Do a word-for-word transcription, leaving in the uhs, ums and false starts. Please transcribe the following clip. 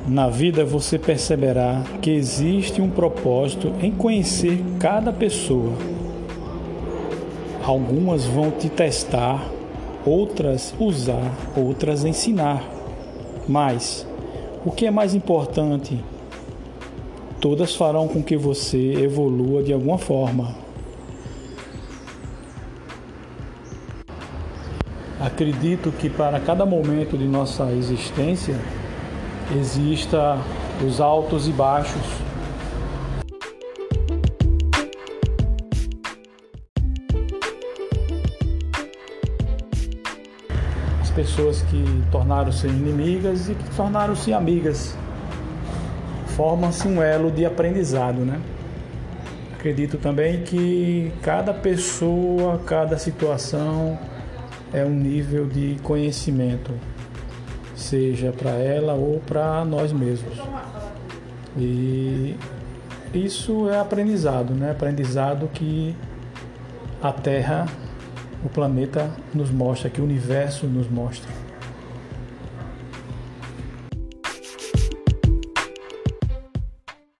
Na vida você perceberá que existe um propósito em conhecer cada pessoa. Algumas vão te testar, outras usar, outras ensinar. Mas, o que é mais importante? Todas farão com que você evolua de alguma forma. Acredito que para cada momento de nossa existência exista os altos e baixos. As pessoas que tornaram-se inimigas e que tornaram-se amigas. Forma-se um elo de aprendizado, né? Acredito também que cada pessoa, cada situação é um nível de conhecimento, seja para ela ou para nós mesmos. E isso é aprendizado, né? Aprendizado que a Terra, o planeta nos mostra, que o universo nos mostra.